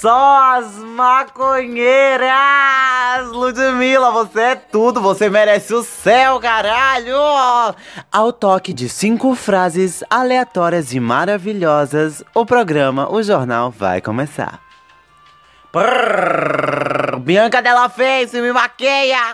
só as maconheiras! Ludmilla, você é tudo, você merece o céu, caralho! Ao toque de 5 frases aleatórias e maravilhosas, o programa, o jornal vai começar. Bianca Della Face, me maqueia!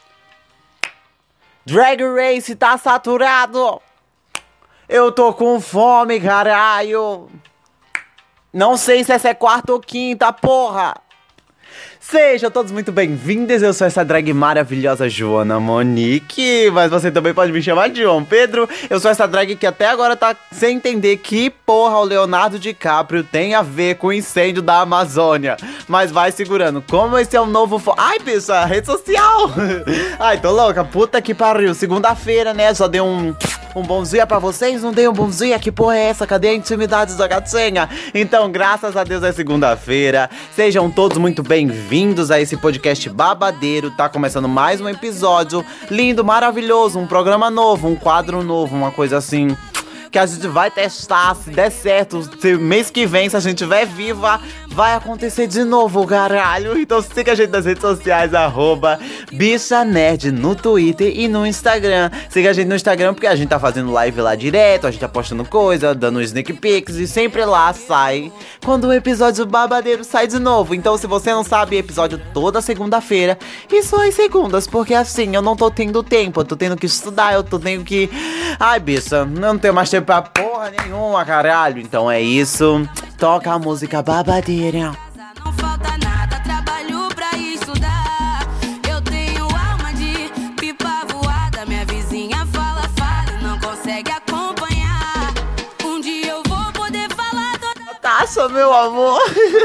Drag Race tá saturado! Eu tô com fome, caralho! Não sei se essa é quarta ou quinta, porra! Sejam todos muito bem-vindos, eu sou essa drag maravilhosa Joana Monique, mas você também pode me chamar de João Pedro. Eu sou essa drag que até agora tá sem entender que porra o Leonardo DiCaprio tem a ver com o incêndio da Amazônia. Mas vai segurando, como esse é um novo... Ai, bicho, a rede social! Ai, tô louca, puta que pariu, segunda-feira, né, só dei um bom dia pra vocês, não dei um bom dia, que porra é essa? Cadê a intimidade da gatinha? Então, graças a Deus é segunda-feira, sejam todos muito bem-vindos a esse podcast babadeiro, tá começando mais um episódio lindo, maravilhoso, um programa novo, um quadro novo, uma coisa assim... que a gente vai testar, se der certo, se mês que vem, se a gente estiver viva, vai acontecer de novo, caralho. Então siga a gente nas redes sociais, @BichaNerd no Twitter e no Instagram. Siga a gente no Instagram porque a gente tá fazendo live lá direto, a gente tá postando coisa, dando sneak peeks e sempre lá sai quando o episódio babadeiro sai de novo. Então se você não sabe, episódio toda segunda-feira e só às segundas, porque assim, eu não tô tendo tempo, eu tô tendo que estudar, eu tô tendo que... Ai, bicha, não tenho mais tempo pra porra nenhuma, caralho. Então é isso. Toca a música babadeira. Não falta nada, trabalho pra estudar. Eu tenho alma de pipa voada. Minha vizinha fala e não consegue acompanhar. Um dia eu vou poder falar toda... Taça, meu amor.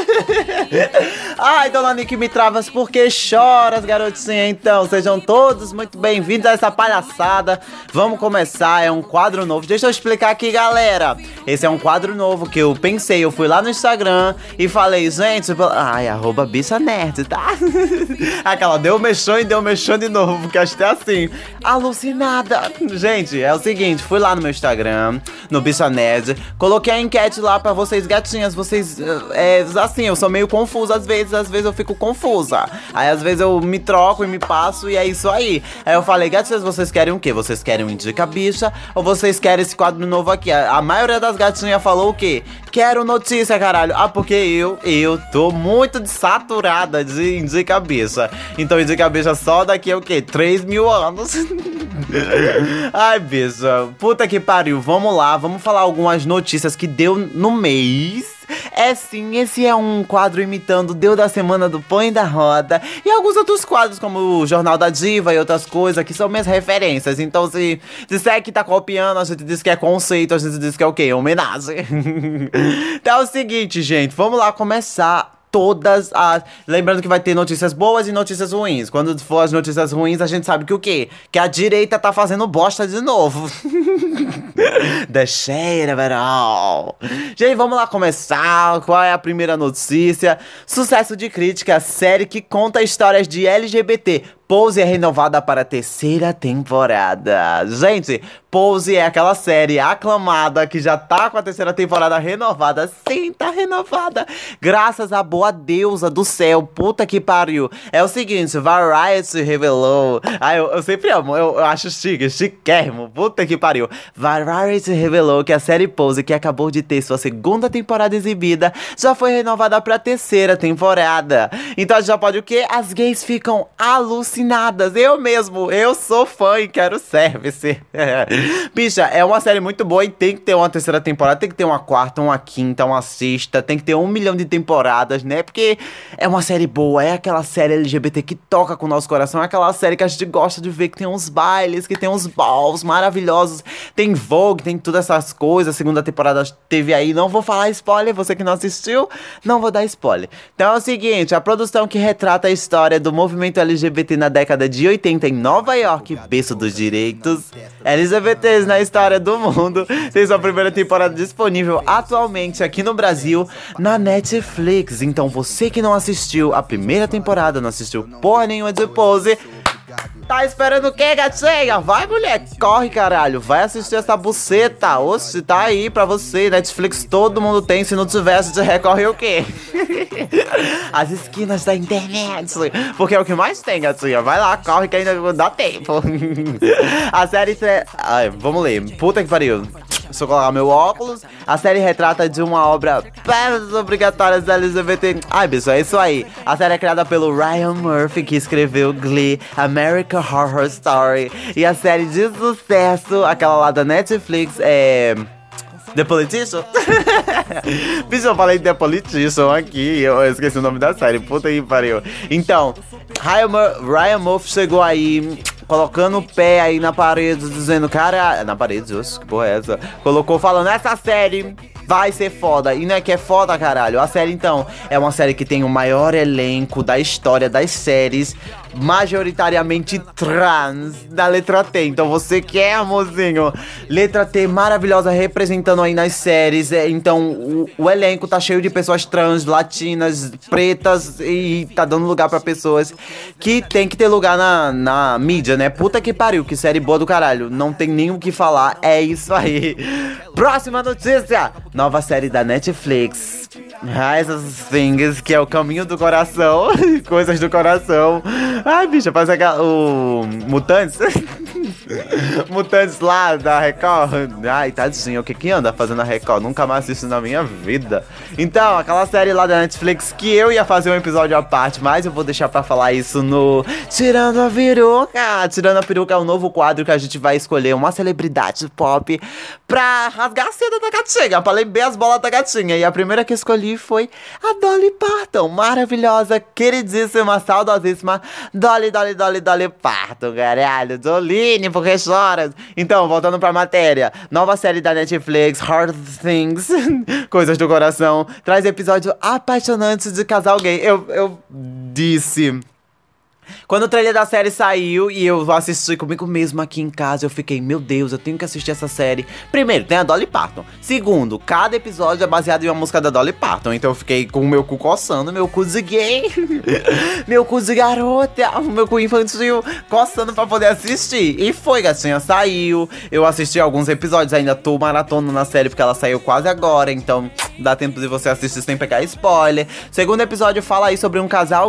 Ai, dona Nick me travas, por que choras, garotinha? Então, sejam todos muito bem-vindos a essa palhaçada. Vamos começar, é um quadro novo. Deixa eu explicar aqui, galera. Esse é um quadro novo que eu pensei, eu fui lá no Instagram e falei, gente, ai, @BichaNerd, tá? Aquela, deu mexão e deu mexão de novo, porque acho que é assim, alucinada. Gente, é o seguinte, fui lá no meu Instagram, no BichaNerd, coloquei a enquete lá pra vocês, gatinhas, vocês, assim, eu sou meio confusa às vezes eu fico confusa. Aí às vezes eu me troco e me passo e é isso aí. Aí eu falei, gatinhas, vocês querem o quê? Vocês querem um Indica Bicha ou vocês querem esse quadro novo aqui? A maioria das gatinhas falou o quê? Quero notícia, caralho. Ah, porque eu tô muito saturada de Indica Bicha. Então Indica Bicha só daqui a o quê? 3.000 anos. Ai, bicha, puta que pariu. Vamos lá, vamos falar algumas notícias que deu no mês. É sim, esse é um quadro imitando Deu da Semana do Põe da Roda e alguns outros quadros como o Jornal da Diva e outras coisas que são minhas referências. Então se disser que tá copiando, a gente diz que é conceito, a gente diz que é o quê? Homenagem. Então é o seguinte, gente, vamos lá começar todas as... Lembrando que vai ter notícias boas e notícias ruins. Quando for as notícias ruins, a gente sabe que o quê? Que a direita tá fazendo bosta de novo. Deixeira, verão. Gente, vamos lá começar. Qual é a primeira notícia? Sucesso de crítica, série que conta histórias de LGBT. Pose é renovada para a 3ª temporada. Gente, Pose é aquela série aclamada que já tá com a 3ª temporada renovada. Sim, tá renovada. Graças à boa deusa do céu. Puta que pariu. É o seguinte, Variety revelou... Ai, eu sempre amo, eu acho chiquérrimo. Puta que pariu. Variety revelou que a série Pose, que acabou de ter sua 2ª temporada exibida, já foi renovada pra 3ª temporada. Então a gente já pode o quê? As gays ficam alucinadas. Eu sou fã e quero service. Bicha, é uma série muito boa e tem que ter uma 3ª temporada, tem que ter uma 4ª, uma 5ª, uma 6ª, tem que ter 1 milhão de temporadas, né? Porque é uma série boa, é aquela série LGBT que toca com o nosso coração, é aquela série que a gente gosta de ver, que tem uns bailes, que tem uns balls maravilhosos, tem Vogue, tem todas essas coisas. A 2ª temporada teve aí, não vou falar spoiler, você que não assistiu, não vou dar spoiler. Então é o seguinte, a produção que retrata a história do movimento LGBT na década de 80 em Nova York, berço dos direitos LGBTs na história do mundo, tem sua 1ª temporada disponível atualmente aqui no Brasil na Netflix. Então você que não assistiu a 1ª temporada, não assistiu porra nenhuma de Pose, Tá esperando o quê, gatinha? Vai, mulher, corre, caralho. Vai assistir essa buceta. Oxe, tá aí pra você. Netflix todo mundo tem. Se não tivesse, te recorre o quê? As esquinas da internet. Porque é o que mais tem, gatinha. Vai lá, corre que ainda dá tempo. A série... Ai, vamos ler. Puta que pariu. Deixa eu colocar meu óculos. A série retrata de uma obra peças obrigatórias LGBT. Ai, bicho, é isso aí. A série é criada pelo Ryan Murphy, que escreveu Glee, American Horror Story. E a série de sucesso, aquela lá da Netflix, é... The Politician? Bicho, eu falei The Politician aqui. Eu esqueci o nome da série. Puta que pariu. Então, Ryan Murphy chegou aí... colocando o pé aí na parede, dizendo, cara... Na parede, oxe, que porra é essa? Colocou falando, essa série vai ser foda. E não é que é foda, caralho. A série, então, é uma série que tem o maior elenco da história das séries, majoritariamente trans, da letra T. Então você quer, amorzinho? Letra T maravilhosa, representando aí nas séries. Então, o elenco tá cheio de pessoas trans, latinas, pretas, e tá dando lugar pra pessoas que tem que ter lugar na mídia, né? Puta que pariu, que série boa do caralho. Não tem nem o que falar, é isso aí. Próxima notícia! Nova série da Netflix. Essas Things, que é o caminho do coração. Coisas do coração. Ai, bicha, parece o Mutantes. Mutantes lá da Record. Ai, tadinho, o que anda fazendo a Record? Nunca mais assisto na minha vida. Então, aquela série lá da Netflix que eu ia fazer um episódio à parte, mas eu vou deixar pra falar isso no Tirando a Peruca. Tirando a Peruca é um novo quadro que a gente vai escolher uma celebridade pop pra rasgar a seda da gatinha, pra lamber as bolas da gatinha. E a primeira que escolhi foi a Dolly Parton. Maravilhosa, queridíssima, saudosíssima Dolly Parton, caralho. Doline, porque choras. Então, voltando pra matéria. Nova série da Netflix, Hard Things, Coisas do Coração, traz episódio apaixonante de casal gay. Eu disse... Quando o trailer da série saiu e eu assisti comigo mesmo aqui em casa, eu fiquei, meu Deus, eu tenho que assistir essa série. Primeiro, tem a Dolly Parton. Segundo, cada episódio é baseado em uma música da Dolly Parton. Então eu fiquei com o meu cu coçando, meu cu de gay, meu cu de garota, meu cu infantil coçando pra poder assistir. E foi, gatinha, saiu. Eu assisti alguns episódios, ainda tô maratona na série porque ela saiu quase agora. Então dá tempo de você assistir sem pegar spoiler. Segundo episódio fala aí sobre um casal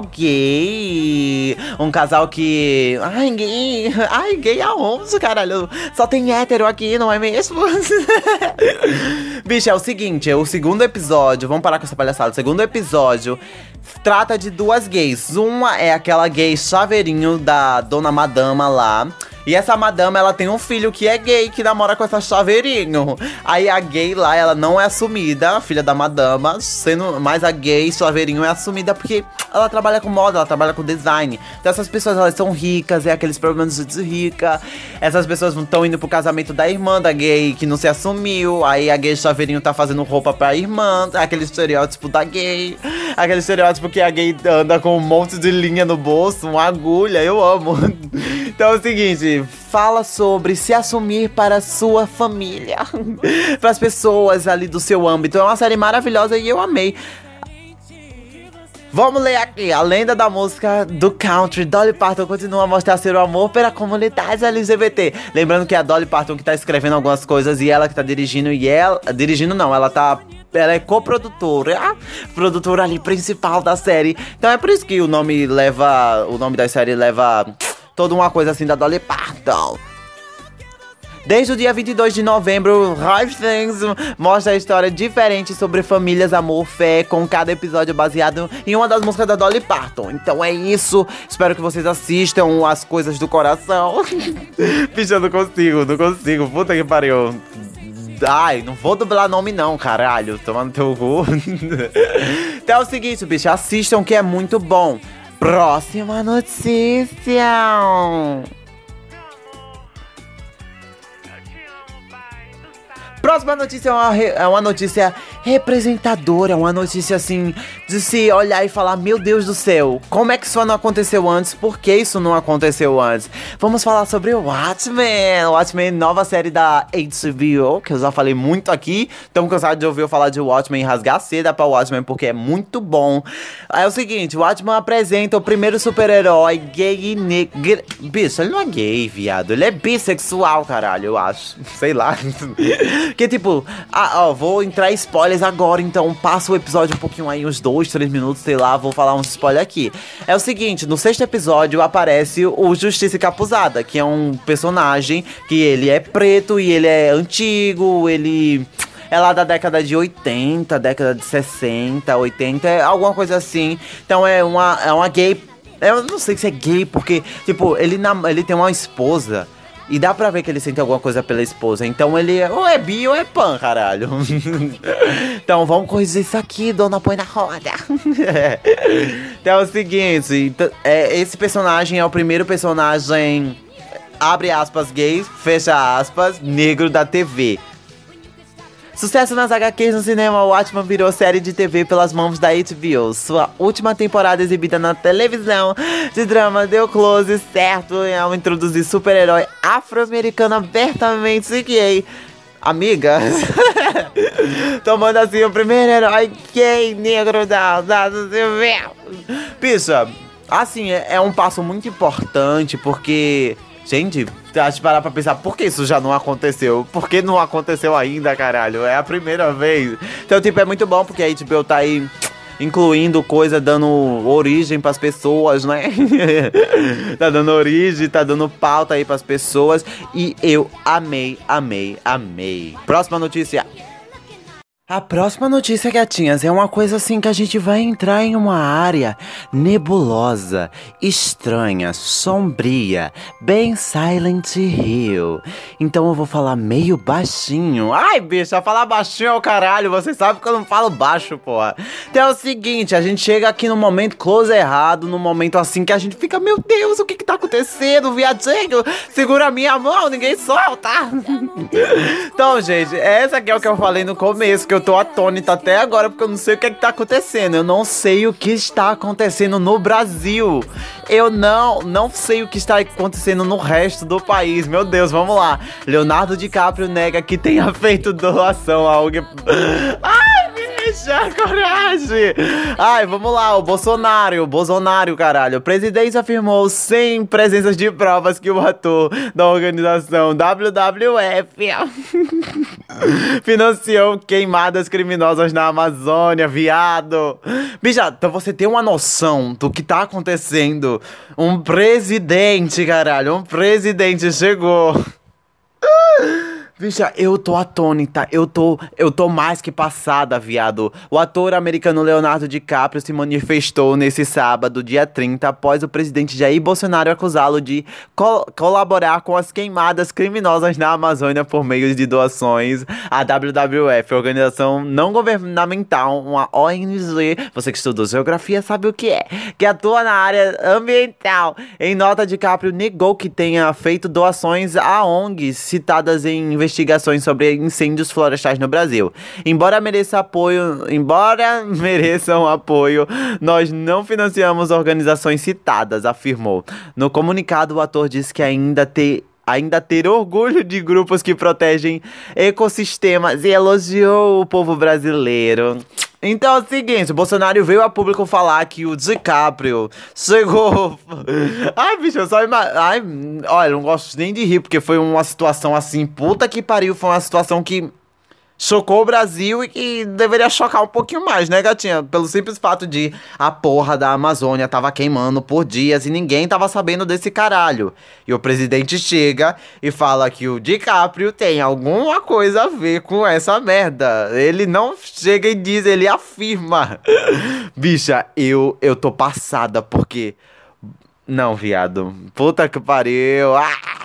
gay. Um casal que... Ai, gay aonde, caralho? Só tem hétero aqui, não é mesmo? Bicho, é o seguinte, é o segundo episódio... Vamos parar com essa palhaçada. O segundo episódio trata de duas gays. Uma é aquela gay chaveirinho da Dona Madama lá... E essa madama, ela tem um filho que é gay, que namora com essa chaveirinho. Aí a gay lá, ela não é assumida, a filha da madama, mas a gay chaveirinho é assumida porque ela trabalha com moda, ela trabalha com design. Então essas pessoas, elas são ricas, é aqueles problemas de rica. Essas pessoas estão indo pro casamento da irmã da gay, que não se assumiu. Aí a gay chaveirinho tá fazendo roupa pra irmã, aquele estereótipo da gay. Aquele estereótipo que a gay anda com um monte de linha no bolso, uma agulha, eu amo. Então é o seguinte, fala sobre se assumir para a sua família, para as pessoas ali do seu âmbito. É uma série maravilhosa e eu amei. Vamos ler aqui, a lenda da música do country. Dolly Parton continua a mostrar seu amor pela comunidade LGBT. Lembrando que é a Dolly Parton que tá escrevendo algumas coisas e ela que tá dirigindo. E ela... Dirigindo não, ela é coprodutora, produtora ali principal da série. Então é por isso que o nome da série leva toda uma coisa assim da Dolly Parton. Desde o dia 22 de novembro, Hard Things mostra a história diferente sobre famílias, amor, fé, com cada episódio baseado em uma das músicas da Dolly Parton. Então é isso, espero que vocês assistam As Coisas do Coração. Bicho, eu não consigo, puta que pariu. Ai, não vou dublar nome não, caralho, tomando teu cu. Então é o seguinte, bicho, assistam que é muito bom. Próxima notícia. Próxima notícia é uma notícia representadora, uma notícia assim, de se olhar e falar, meu Deus do céu, como é que isso não aconteceu antes? Por que isso não aconteceu antes? Vamos falar sobre o Watchmen. Watchmen, nova série da HBO, que eu já falei muito aqui. Tão cansado de ouvir eu falar de Watchmen e rasgar seda pra Watchmen, porque é muito bom. É o seguinte, o Watchmen apresenta o primeiro super-herói gay e negro. Bicho, ele não é gay, viado. Ele é bissexual, caralho, eu acho. Sei lá. Que tipo, vou entrar em spoilers agora, então passa o episódio um pouquinho aí, uns 2, 3 minutos, sei lá, vou falar uns spoilers aqui. É o seguinte, no 6º episódio aparece o Justiça Encapuzada, que é um personagem que ele é preto e ele é antigo, ele é lá da década de 80, década de 60, 80, alguma coisa assim. Então é uma gay, eu não sei se é gay, porque, tipo, ele tem uma esposa. E dá pra ver que ele sente alguma coisa pela esposa. Então ele ou é bi ou é pan, caralho. Então vamos corrigir isso aqui, dona põe na roda. Então é o seguinte, esse personagem é o primeiro personagem, abre aspas, gays, fecha aspas, negro da TV. Sucesso nas HQs no cinema, o Watchmen virou série de TV pelas mãos da HBO. Sua última temporada exibida na televisão de drama deu close certo ao introduzir super-herói afro-americano abertamente gay. Amigas, tomando assim o primeiro herói gay negro da TV. Bicha, assim, é um passo muito importante, porque... Gente, a gente parar pra pensar, por que isso já não aconteceu? Por que não aconteceu ainda, caralho? É a primeira vez. Então, tipo, é muito bom, porque a HBO tá aí incluindo coisa, dando origem pras pessoas, né? Tá dando origem, tá dando pauta aí pras pessoas. E eu amei, amei, amei. Próxima notícia. A próxima notícia, gatinhas, é uma coisa assim que a gente vai entrar em uma área nebulosa, estranha, sombria, bem Silent Hill. Então eu vou falar meio baixinho. Ai, bicha, falar baixinho é o caralho, você sabe que eu não falo baixo, porra. Então é o seguinte, a gente chega aqui no momento close errado, no momento assim que a gente fica, meu Deus, o que tá acontecendo, viadinho? Segura a minha mão, ninguém solta. Então, gente, essa aqui é o que eu falei no começo, que eu tô atônita até agora, porque eu não sei o que é que tá acontecendo. Eu não sei o que está acontecendo no Brasil. Eu não sei o que está acontecendo no resto do país. Meu Deus, vamos lá. Leonardo DiCaprio nega que tenha feito doação a alguém. Ai, bicha, coragem. Ai, vamos lá, o Bolsonaro, caralho. O presidente afirmou sem presenças de provas que o ator da organização WWF financiou queimadas criminosas na Amazônia, viado. Bicha, então você tem uma noção do que tá acontecendo. Um presidente, caralho, um presidente chegou. Bicha, eu tô atônita, eu tô mais que passada, viado. O ator americano Leonardo DiCaprio se manifestou nesse sábado, dia 30, após o presidente Jair Bolsonaro acusá-lo de colaborar com as queimadas criminosas na Amazônia por meio de doações à WWF, organização não governamental, uma ONG, você que estudou geografia sabe o que atua na área ambiental. Em nota, DiCaprio negou que tenha feito doações a ONGs citadas em investigações sobre incêndios florestais no Brasil. Embora mereçam apoio, nós não financiamos organizações citadas, afirmou. No comunicado, o ator disse que ainda ter orgulho de grupos que protegem ecossistemas e elogiou o povo brasileiro. Então é o seguinte, o Bolsonaro veio a público falar que o DiCaprio chegou... Ai, bicho, eu só imagino... Ai, olha, não gosto nem de rir, porque foi uma situação assim, puta que pariu, foi uma situação que chocou o Brasil e que deveria chocar um pouquinho mais, né, gatinha? Pelo simples fato de a porra da Amazônia tava queimando por dias e ninguém tava sabendo desse caralho. E o presidente chega e fala que o DiCaprio tem alguma coisa a ver com essa merda. Ele não chega e diz, ele afirma. Bicha, eu tô passada porque... Não, viado. Puta que pariu.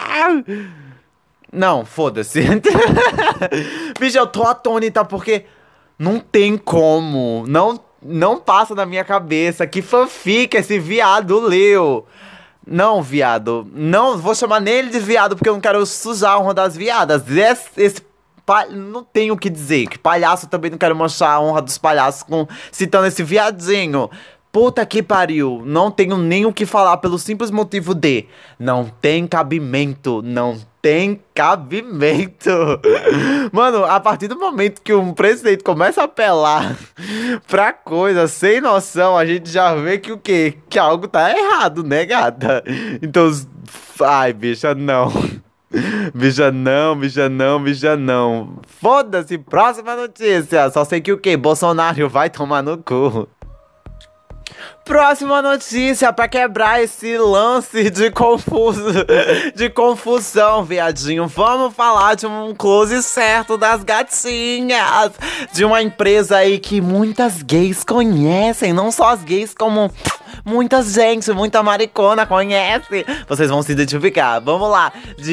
Não, foda-se. Bicho, eu tô atônita porque não tem como. Não passa na minha cabeça. Que fanfic esse viado leu. Não, viado. Não vou chamar nele de viado porque eu não quero sujar a honra das viadas. Esse Não tenho o que dizer. Que palhaço, também não quero manchar a honra dos palhaços citando esse viadinho. Puta que pariu, não tenho nem o que falar pelo simples motivo de não tem cabimento, não tem cabimento. Mano, a partir do momento que um presidente começa a apelar pra coisa sem noção, a gente já vê que o quê? Que algo tá errado, né, gata? Então, ai, bicha, não. Bicha não, bicha não, bicha não. Foda-se, próxima notícia. Só sei que o quê? Bolsonaro vai tomar no cu. Próxima notícia, pra quebrar esse lance de confusão, viadinho. Vamos falar de um close certo das gatinhas. De uma empresa aí que muitas gays conhecem. Não só as gays, como muita gente, muita maricona conhece. Vocês vão se identificar. Vamos lá.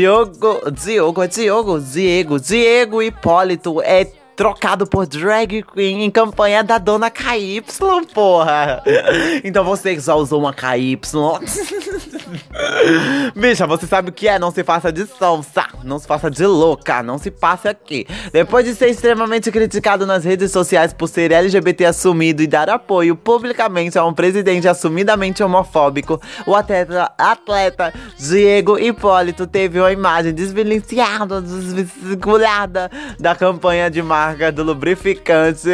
Diego Hipólito é trocado por drag queen em campanha da dona KY, porra. Então você que já usou uma KY. Bicha, você sabe o que é? Não se faça de sonsa, não se faça de louca, não se passe aqui. Depois de ser extremamente criticado nas redes sociais por ser LGBT assumido e dar apoio publicamente a um presidente assumidamente homofóbico, o atleta Diego Hipólito teve uma imagem desvencilhada da campanha de marca do lubrificante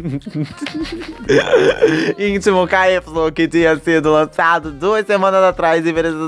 íntimo KY, que tinha sido lançado 2 semanas atrás.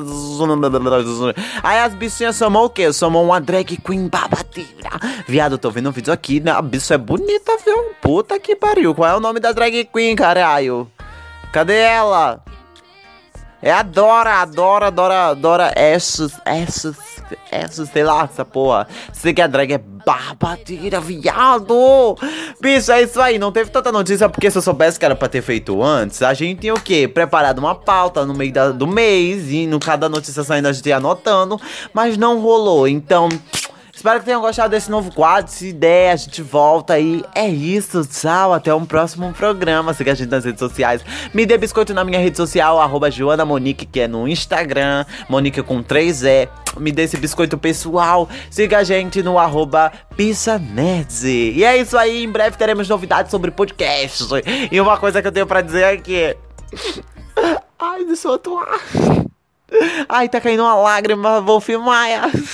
Aí as bichinhas chamou o quê? Chamou uma drag queen babadeira. Viado, tô vendo um vídeo aqui, né? A bicha é bonita, viu? Puta que pariu. Qual é o nome da drag queen, caralho? Cadê ela? É a Dora Ashes, sei lá, essa porra. Sei que a drag é babadeira, viado. Bicho, é isso aí, não teve tanta notícia, porque se eu soubesse que era pra ter feito antes, a gente tinha o quê? Preparado uma pauta no meio do mês, e no cada notícia saindo a gente ia anotando, mas não rolou, então... Espero que tenham gostado desse novo quadro. Se der, a gente volta aí. É isso, tchau. Até um próximo programa. Siga a gente nas redes sociais. Me dê biscoito na minha rede social, @JoanaMonique, que é no Instagram. Monique com 3E. Me dê esse biscoito pessoal. Siga a gente no @PissaNerd. E é isso aí. Em breve teremos novidades sobre podcast. E uma coisa que eu tenho pra dizer aqui. Ai, deixa eu atuar. Ai, tá caindo uma lágrima, vou filmar.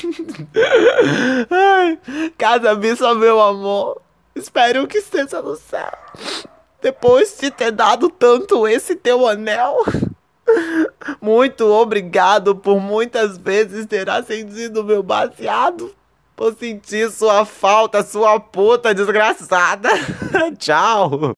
Ai, cada bicha, meu amor, espero que esteja no céu. Depois de ter dado tanto esse teu anel, muito obrigado por muitas vezes ter acendido meu baseado. Vou sentir sua falta, sua puta desgraçada. Tchau.